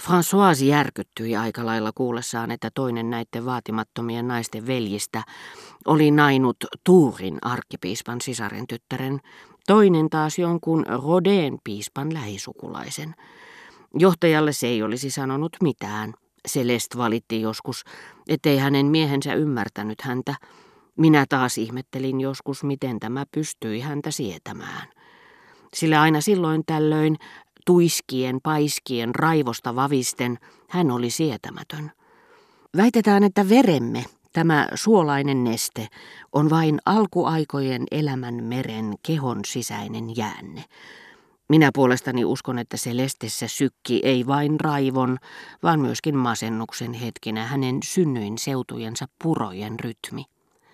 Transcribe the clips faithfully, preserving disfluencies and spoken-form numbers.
Françoise järkyttyi aika lailla kuullessaan, että toinen näiden vaatimattomien naisten veljistä oli nainut Tourin arkkipiispan sisaren tyttären, toinen taas jonkun Rodin piispan lähisukulaisen. Johtajalle se ei olisi sanonut mitään. Celeste valitti joskus, ettei hänen miehensä ymmärtänyt häntä. Minä taas ihmettelin joskus, miten tämä pystyi häntä sietämään. Sillä aina silloin tällöin, tuiskien, paiskien, raivosta vavisten, hän oli sietämätön. Väitetään, että veremme, tämä suolainen neste, on vain alkuaikojen elämän meren kehon sisäinen jäänne. Minä puolestani uskon, että Celestessä sykki ei vain raivon, vaan myöskin masennuksen hetkinä hänen synnyin seutujensa purojen rytmi.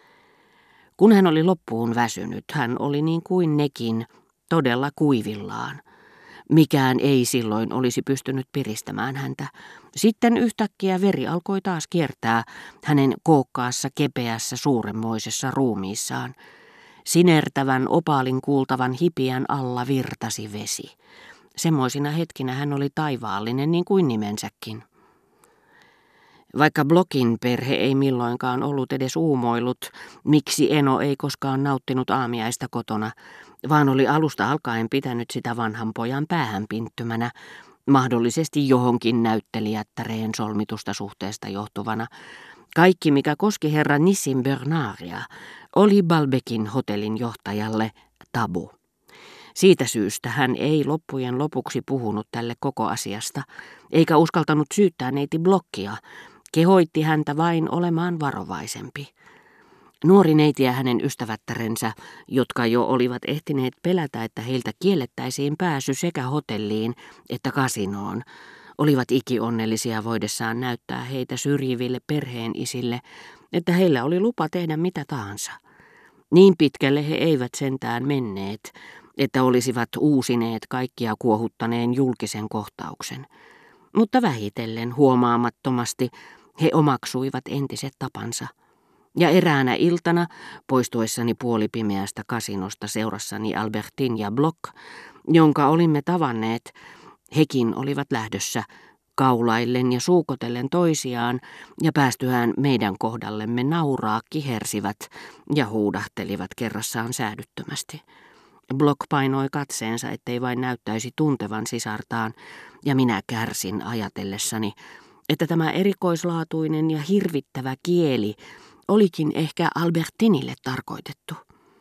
Kun hän oli loppuun väsynyt, hän oli niin kuin nekin, todella kuivillaan. Mikään ei silloin olisi pystynyt piristämään häntä. Sitten yhtäkkiä veri alkoi taas kiertää hänen kookkaassa, kepeässä, suuremmoisessa ruumiissaan. Sinertävän, opaalin kuultavan hipiän alla virtasi vesi. Semmoisina hetkinä hän oli taivaallinen niin kuin nimensäkin. Vaikka Blockin perhe ei milloinkaan ollut edes uumoillut, miksi Eno ei koskaan nauttinut aamiaista kotona, vaan oli alusta alkaen pitänyt sitä vanhan pojan päähänpinttymänä, mahdollisesti johonkin näyttelijättäreen solmitusta suhteesta johtuvana. Kaikki, mikä koski herra Nissim Bernardia, oli Balbeckin hotellin johtajalle tabu. Siitä syystä hän ei loppujen lopuksi puhunut tälle koko asiasta, eikä uskaltanut syyttää neiti Blockia, kehoitti häntä vain olemaan varovaisempi. Nuori neiti ja hänen ystävättärensä, jotka jo olivat ehtineet pelätä, että heiltä kiellettäisiin pääsy sekä hotelliin että kasinoon, olivat ikionnellisia voidessaan näyttää heitä syrjiville perheenisille, että heillä oli lupa tehdä mitä tahansa. Niin pitkälle he eivät sentään menneet, että olisivat uusineet kaikkia kuohuttaneen julkisen kohtauksen. Mutta vähitellen huomaamattomasti he omaksuivat entiset tapansa. Ja eräänä iltana, poistuessani puolipimeästä kasinosta seurassani Albertine ja Bloch, jonka olimme tavanneet, hekin olivat lähdössä kaulaillen ja suukotellen toisiaan, ja päästyään meidän kohdallemme nauraa kihersivät ja huudahtelivat kerrassaan säädyttömästi. Bloch painoi katseensa, ettei vain näyttäisi tuntevan sisartaan, ja minä kärsin ajatellessani, että tämä erikoislaatuinen ja hirvittävä kieli olikin ehkä Albertinille tarkoitettu.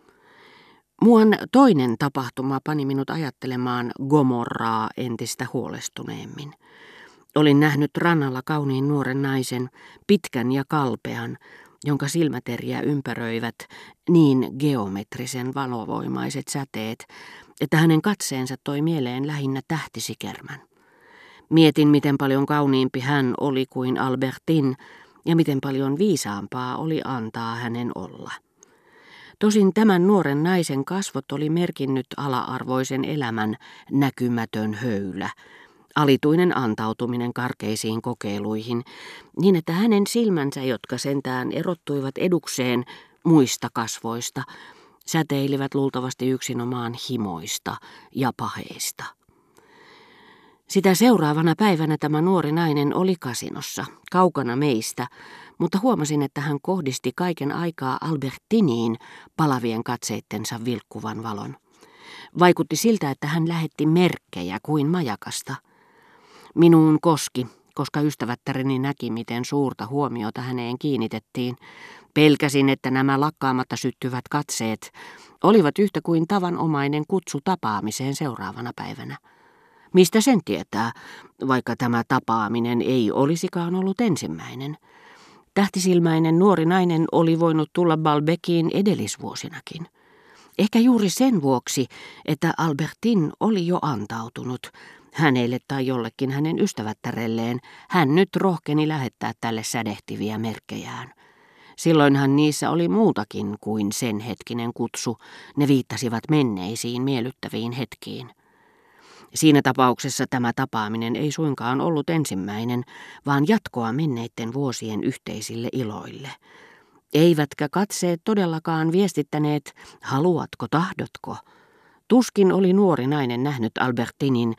Muan toinen tapahtuma pani minut ajattelemaan Gomorraa entistä huolestuneemmin. Olin nähnyt rannalla kauniin nuoren naisen, pitkän ja kalpean, jonka silmäteriä ympäröivät niin geometrisen valovoimaiset säteet, että hänen katseensa toi mieleen lähinnä tähtisikermän. Mietin, miten paljon kauniimpi hän oli kuin Albertine, ja miten paljon viisaampaa oli antaa hänen olla. Tosin tämän nuoren naisen kasvot oli merkinnyt ala-arvoisen elämän näkymätön höylä, alituinen antautuminen karkeisiin kokeiluihin, niin että hänen silmänsä, jotka sentään erottuivat edukseen muista kasvoista, säteilivät luultavasti yksinomaan himoista ja paheista. Sitä seuraavana päivänä tämä nuori nainen oli kasinossa, kaukana meistä, mutta huomasin, että hän kohdisti kaiken aikaa Albertiniin palavien katseittensa vilkkuvan valon. Vaikutti siltä, että hän lähetti merkkejä kuin majakasta. Minuun koski, koska ystävättäreni näki, miten suurta huomiota häneen kiinnitettiin. Pelkäsin, että nämä lakkaamatta syttyvät katseet olivat yhtä kuin tavanomainen kutsu tapaamiseen seuraavana päivänä. Mistä sen tietää, vaikka tämä tapaaminen ei olisikaan ollut ensimmäinen? Tähtisilmäinen nuori nainen oli voinut tulla Balbeckiin edellisvuosinakin. Ehkä juuri sen vuoksi, että Albertine oli jo antautunut. Hänelle tai jollekin hänen ystävättärelleen hän nyt rohkeni lähettää tälle sädehtiviä merkkejään. Silloinhan niissä oli muutakin kuin sen hetkinen kutsu, ne viittasivat menneisiin miellyttäviin hetkiin. Siinä tapauksessa tämä tapaaminen ei suinkaan ollut ensimmäinen, vaan jatkoa menneiden vuosien yhteisille iloille. Eivätkä katseet todellakaan viestittäneet, haluatko, tahdotko. Tuskin oli nuori nainen nähnyt Albertinin,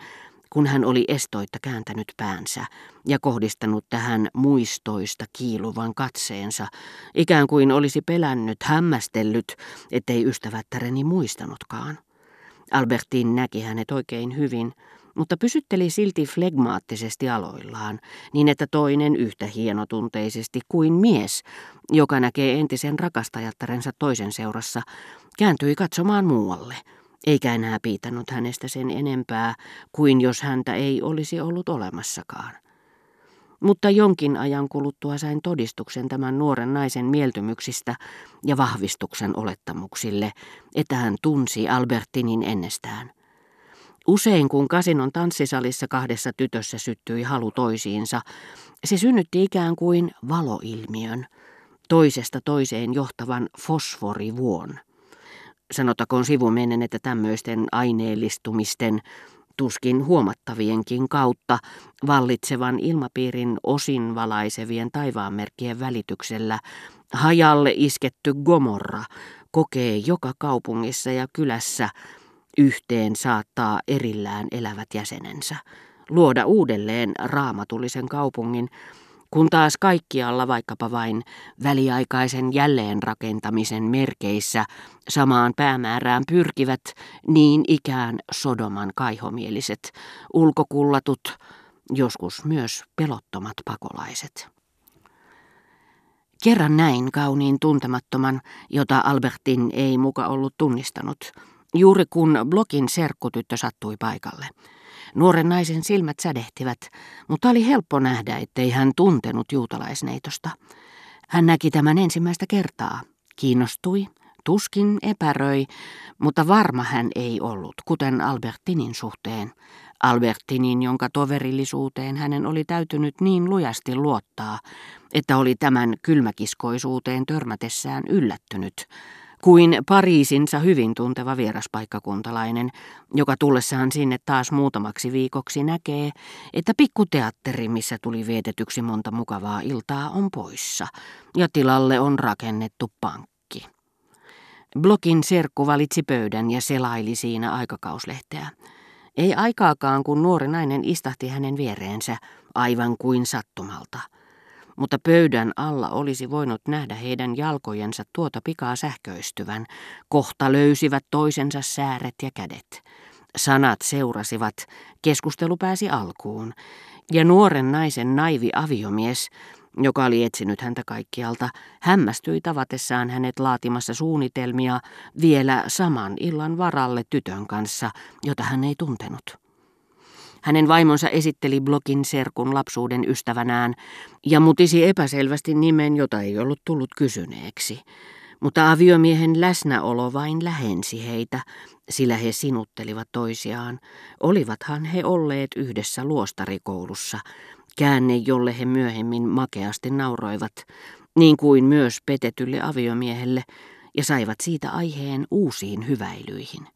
kun hän oli estoitta kääntänyt päänsä ja kohdistanut tähän muistoista kiiluvan katseensa, ikään kuin olisi pelännyt, hämmästellyt, ettei ystävättäreni muistanutkaan. Albertine näki hänet oikein hyvin, mutta pysytteli silti flegmaattisesti aloillaan, niin että toinen yhtä hienotunteisesti kuin mies, joka näkee entisen rakastajattarensa toisen seurassa, kääntyi katsomaan muualle, eikä enää piitannut hänestä sen enempää kuin jos häntä ei olisi ollut olemassakaan. Mutta jonkin ajan kuluttua sain todistuksen tämän nuoren naisen mieltymyksistä ja vahvistuksen olettamuksille, että hän tunsi Albertinin ennestään. Usein kun kasinon tanssisalissa kahdessa tytössä syttyi halu toisiinsa, se synnytti ikään kuin valoilmiön, toisesta toiseen johtavan fosforivuon. Sanotakoon sivumennen, että tämmöisten aineellistumisten, tuskin huomattavienkin kautta vallitsevan ilmapiirin osin valaisevien taivaanmerkkien välityksellä hajalle isketty Gomorra kokee joka kaupungissa ja kylässä yhteen saattaa erillään elävät jäsenensä, luoda uudelleen raamatullisen kaupungin, kun taas kaikkialla vaikkapa vain väliaikaisen jälleenrakentamisen merkeissä samaan päämäärään pyrkivät niin ikään Sodoman kaihomieliset, ulkokullatut, joskus myös pelottomat pakolaiset. Kerran näin kauniin tuntemattoman, jota Albertine ei muka ollut tunnistanut, juuri kun Blokin serkkutyttö sattui paikalle. Nuoren naisen silmät sädehtivät, mutta oli helppo nähdä, ettei hän tuntenut juutalaisneitosta. Hän näki tämän ensimmäistä kertaa, kiinnostui, tuskin epäröi, mutta varma hän ei ollut, kuten Albertinin suhteen. Albertinin, jonka toverillisuuteen hänen oli täytynyt niin lujasti luottaa, että oli tämän kylmäkiskoisuuteen törmätessään yllättynyt, kuin Pariisinsa hyvin tunteva vieraspaikkakuntalainen, joka tullessaan sinne taas muutamaksi viikoksi näkee, että pikkuteatteri, missä tuli vietetyksi monta mukavaa iltaa, on poissa, ja tilalle on rakennettu pankki. Blokin serkku valitsi pöydän ja selaili siinä aikakauslehteä. Ei aikaakaan, kun nuori nainen istahti hänen viereensä, aivan kuin sattumalta. Mutta pöydän alla olisi voinut nähdä heidän jalkojensa tuota pikaa sähköistyvän. Kohta löysivät toisensa sääret ja kädet. Sanat seurasivat, keskustelu pääsi alkuun, ja nuoren naisen naivi aviomies, joka oli etsinyt häntä kaikkialta, hämmästyi tavatessaan hänet laatimassa suunnitelmia vielä saman illan varalle tytön kanssa, jota hän ei tuntenut. Hänen vaimonsa esitteli Blokin serkun lapsuuden ystävänään ja mutisi epäselvästi nimen, jota ei ollut tullut kysyneeksi. Mutta aviomiehen läsnäolo vain lähensi heitä, sillä he sinuttelivat toisiaan. Olivathan he olleet yhdessä luostarikoulussa, käänne jolle he myöhemmin makeasti nauroivat, niin kuin myös petetylle aviomiehelle, ja saivat siitä aiheen uusiin hyväilyihin.